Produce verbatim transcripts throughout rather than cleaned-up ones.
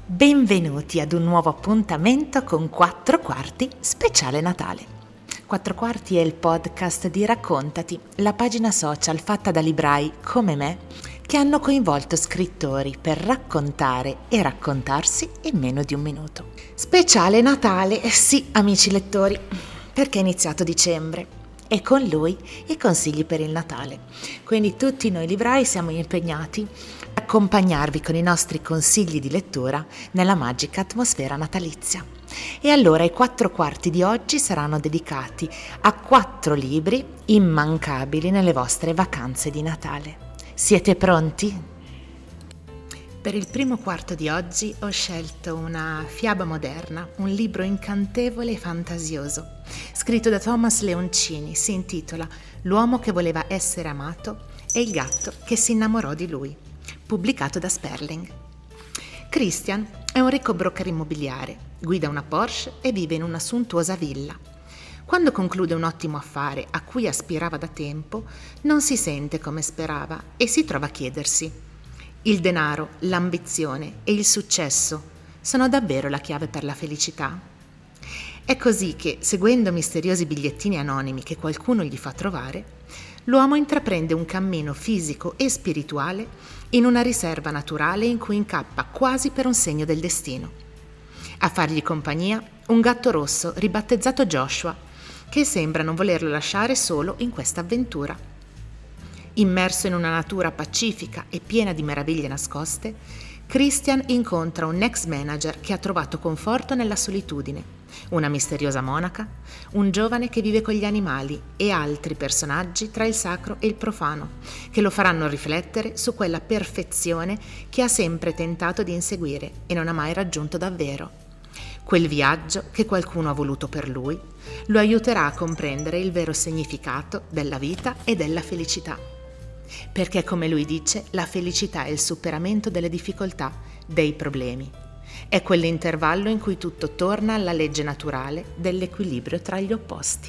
Benvenuti ad un nuovo appuntamento con Quattro Quarti speciale Natale. Quattro Quarti è il podcast di Raccontati, la pagina social fatta da librai come me che hanno coinvolto scrittori per raccontare e raccontarsi in meno di un minuto. Speciale Natale, sì amici lettori, perché è iniziato dicembre. E con lui i consigli per il Natale. Quindi tutti noi librai siamo impegnati a accompagnarvi con i nostri consigli di lettura nella magica atmosfera natalizia. E allora i quattro quarti di oggi saranno dedicati a quattro libri immancabili nelle vostre vacanze di Natale. Siete pronti? Per il primo quarto di oggi ho scelto una fiaba moderna, un libro incantevole e fantasioso, scritto da Thomas Leoncini. Si intitola L'uomo che voleva essere amato e il gatto che si innamorò di lui, pubblicato da Sperling. Christian è un ricco broker immobiliare, guida una Porsche e vive in una sontuosa villa. Quando conclude un ottimo affare a cui aspirava da tempo, non si sente come sperava e si trova a chiedersi: il denaro, l'ambizione e il successo sono davvero la chiave per la felicità? È così che, seguendo misteriosi bigliettini anonimi che qualcuno gli fa trovare, l'uomo intraprende un cammino fisico e spirituale in una riserva naturale in cui incappa quasi per un segno del destino. A fargli compagnia un gatto rosso ribattezzato Joshua, che sembra non volerlo lasciare solo in questa avventura. Immerso in una natura pacifica e piena di meraviglie nascoste, Christian incontra un ex manager che ha trovato conforto nella solitudine, una misteriosa monaca, un giovane che vive con gli animali e altri personaggi tra il sacro e il profano, che lo faranno riflettere su quella perfezione che ha sempre tentato di inseguire e non ha mai raggiunto davvero. Quel viaggio che qualcuno ha voluto per lui lo aiuterà a comprendere il vero significato della vita e della felicità. Perché, come lui dice, la felicità è il superamento delle difficoltà, dei problemi. È quell'intervallo in cui tutto torna alla legge naturale dell'equilibrio tra gli opposti.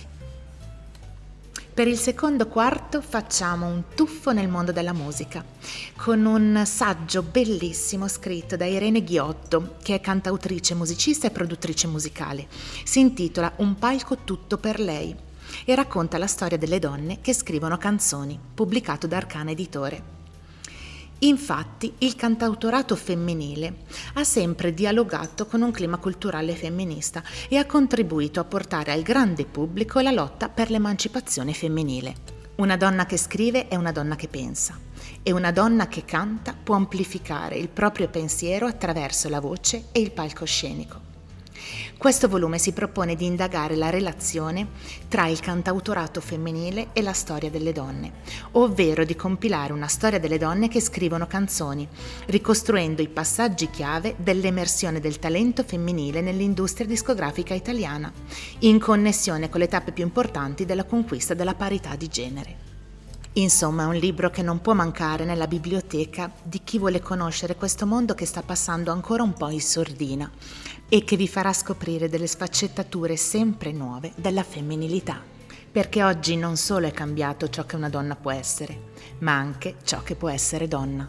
Per il secondo quarto facciamo un tuffo nel mondo della musica, con un saggio bellissimo scritto da Irene Ghiotto, che è cantautrice, musicista e produttrice musicale. Si intitola Un palco tutto per lei e racconta la storia delle donne che scrivono canzoni, pubblicato da Arcana Editore. Infatti, il cantautorato femminile ha sempre dialogato con un clima culturale femminista e ha contribuito a portare al grande pubblico la lotta per l'emancipazione femminile. Una donna che scrive è una donna che pensa, e una donna che canta può amplificare il proprio pensiero attraverso la voce e il palcoscenico. Questo volume si propone di indagare la relazione tra il cantautorato femminile e la storia delle donne, ovvero di compilare una storia delle donne che scrivono canzoni, ricostruendo i passaggi chiave dell'emersione del talento femminile nell'industria discografica italiana, in connessione con le tappe più importanti della conquista della parità di genere. Insomma, è un libro che non può mancare nella biblioteca di chi vuole conoscere questo mondo che sta passando ancora un po' in sordina e che vi farà scoprire delle sfaccettature sempre nuove della femminilità. Perché oggi non solo è cambiato ciò che una donna può essere, ma anche ciò che può essere donna.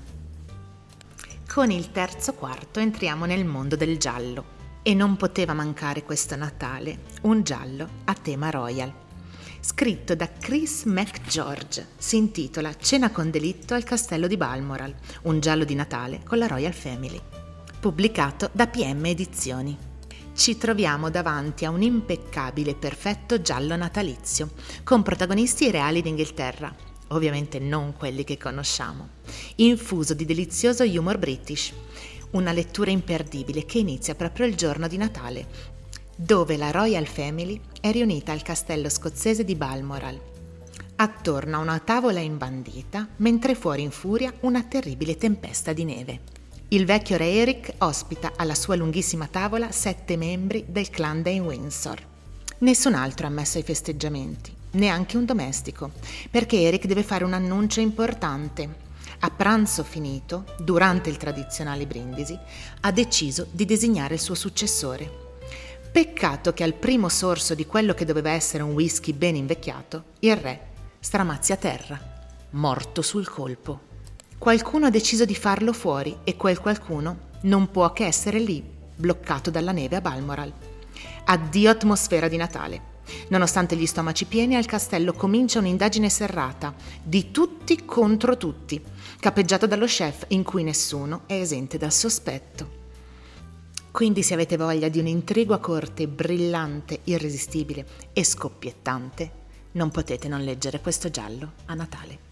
Con il terzo quarto entriamo nel mondo del giallo e non poteva mancare questo Natale un giallo a tema royal. Scritto da Chris McGeorge, si intitola Cena con delitto al castello di Balmoral, un giallo di Natale con la Royal Family, pubblicato da P M Edizioni. Ci troviamo davanti a un impeccabile e perfetto giallo natalizio, con protagonisti reali d'Inghilterra, ovviamente non quelli che conosciamo, infuso di delizioso humor british, una lettura imperdibile che inizia proprio il giorno di Natale, dove la Royal Family è riunita al castello scozzese di Balmoral, attorno a una tavola imbandita, mentre fuori infuria una terribile tempesta di neve. Il vecchio re Eric ospita alla sua lunghissima tavola sette membri del clan dei Windsor. Nessun altro è ammesso ai festeggiamenti, neanche un domestico, perché Eric deve fare un annuncio importante. A pranzo finito, durante il tradizionale brindisi, ha deciso di designare il suo successore. Peccato che al primo sorso di quello che doveva essere un whisky ben invecchiato, il re stramazzi a terra, morto sul colpo. Qualcuno ha deciso di farlo fuori e quel qualcuno non può che essere lì, bloccato dalla neve a Balmoral. Addio atmosfera di Natale. Nonostante gli stomaci pieni, al castello comincia un'indagine serrata, di tutti contro tutti, capeggiata dallo chef in cui nessuno è esente dal sospetto. Quindi se avete voglia di un intrigo a corte brillante, irresistibile e scoppiettante, non potete non leggere questo giallo a Natale.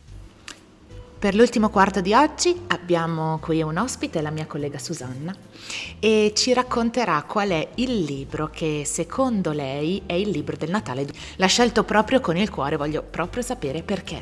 Per l'ultimo quarto di oggi abbiamo qui un ospite, la mia collega Susanna, e ci racconterà qual è il libro che secondo lei è il libro del Natale. L'ha scelto proprio con il cuore, voglio proprio sapere perché.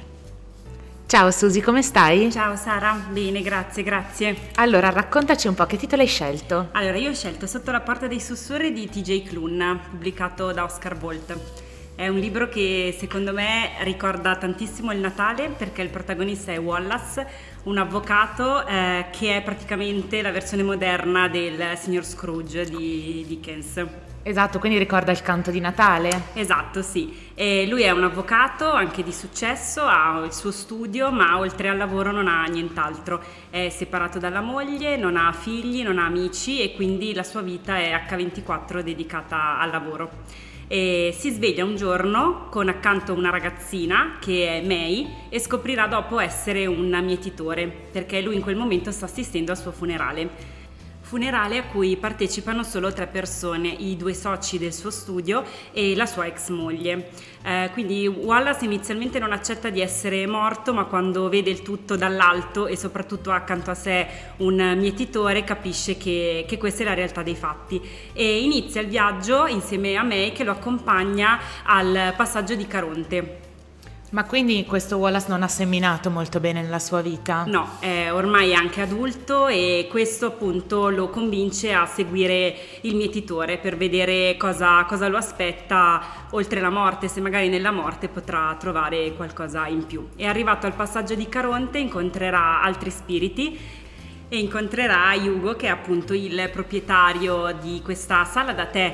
Ciao Susi, come stai? Ciao Sara, bene, grazie, grazie. Allora, raccontaci un po' che titolo hai scelto. Allora, io ho scelto Sotto la porta dei sussurri di T J Klune, pubblicato da Oscar Bolt. È un libro che secondo me ricorda tantissimo il Natale perché il protagonista è Wallace, un avvocato eh, che è praticamente la versione moderna del signor Scrooge di Dickens. Esatto, quindi ricorda il canto di Natale? Esatto, sì. E lui è un avvocato anche di successo, ha il suo studio, ma oltre al lavoro non ha nient'altro. È separato dalla moglie, non ha figli, non ha amici e quindi la sua vita è acca ventiquattro dedicata al lavoro. E si sveglia un giorno con accanto una ragazzina che è May e scoprirà dopo essere un mietitore perché lui in quel momento sta assistendo al suo funerale. Funerale a cui partecipano solo tre persone, i due soci del suo studio e la sua ex moglie. Eh, quindi Wallace inizialmente non accetta di essere morto, ma quando vede il tutto dall'alto e soprattutto accanto a sé un mietitore capisce che, che questa è la realtà dei fatti e inizia il viaggio insieme a May che lo accompagna al passaggio di Caronte. Ma quindi questo Wallace non ha seminato molto bene nella sua vita? No, è ormai anche adulto e questo appunto lo convince a seguire il mietitore per vedere cosa, cosa lo aspetta oltre la morte, se magari nella morte potrà trovare qualcosa in più. È arrivato al passaggio di Caronte, incontrerà altri spiriti e incontrerà Hugo che è appunto il proprietario di questa sala da tè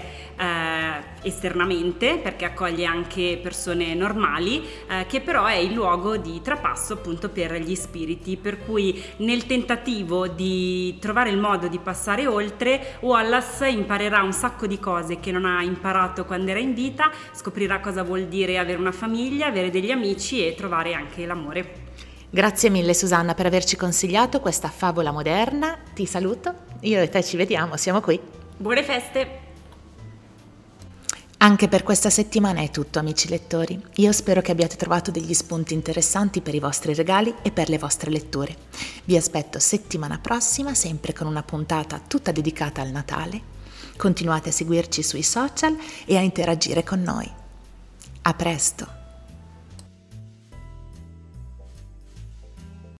eh, esternamente perché accoglie anche persone normali eh, che però è il luogo di trapasso appunto per gli spiriti, per cui nel tentativo di trovare il modo di passare oltre Wallace imparerà un sacco di cose che non ha imparato quando era in vita, scoprirà cosa vuol dire avere una famiglia, avere degli amici e trovare anche l'amore. Grazie mille Susanna per averci consigliato questa favola moderna, ti saluto, io e te ci vediamo, siamo qui. Buone feste! Anche per questa settimana è tutto amici lettori, io spero che abbiate trovato degli spunti interessanti per i vostri regali e per le vostre letture. Vi aspetto settimana prossima sempre con una puntata tutta dedicata al Natale, continuate a seguirci sui social e a interagire con noi. A presto!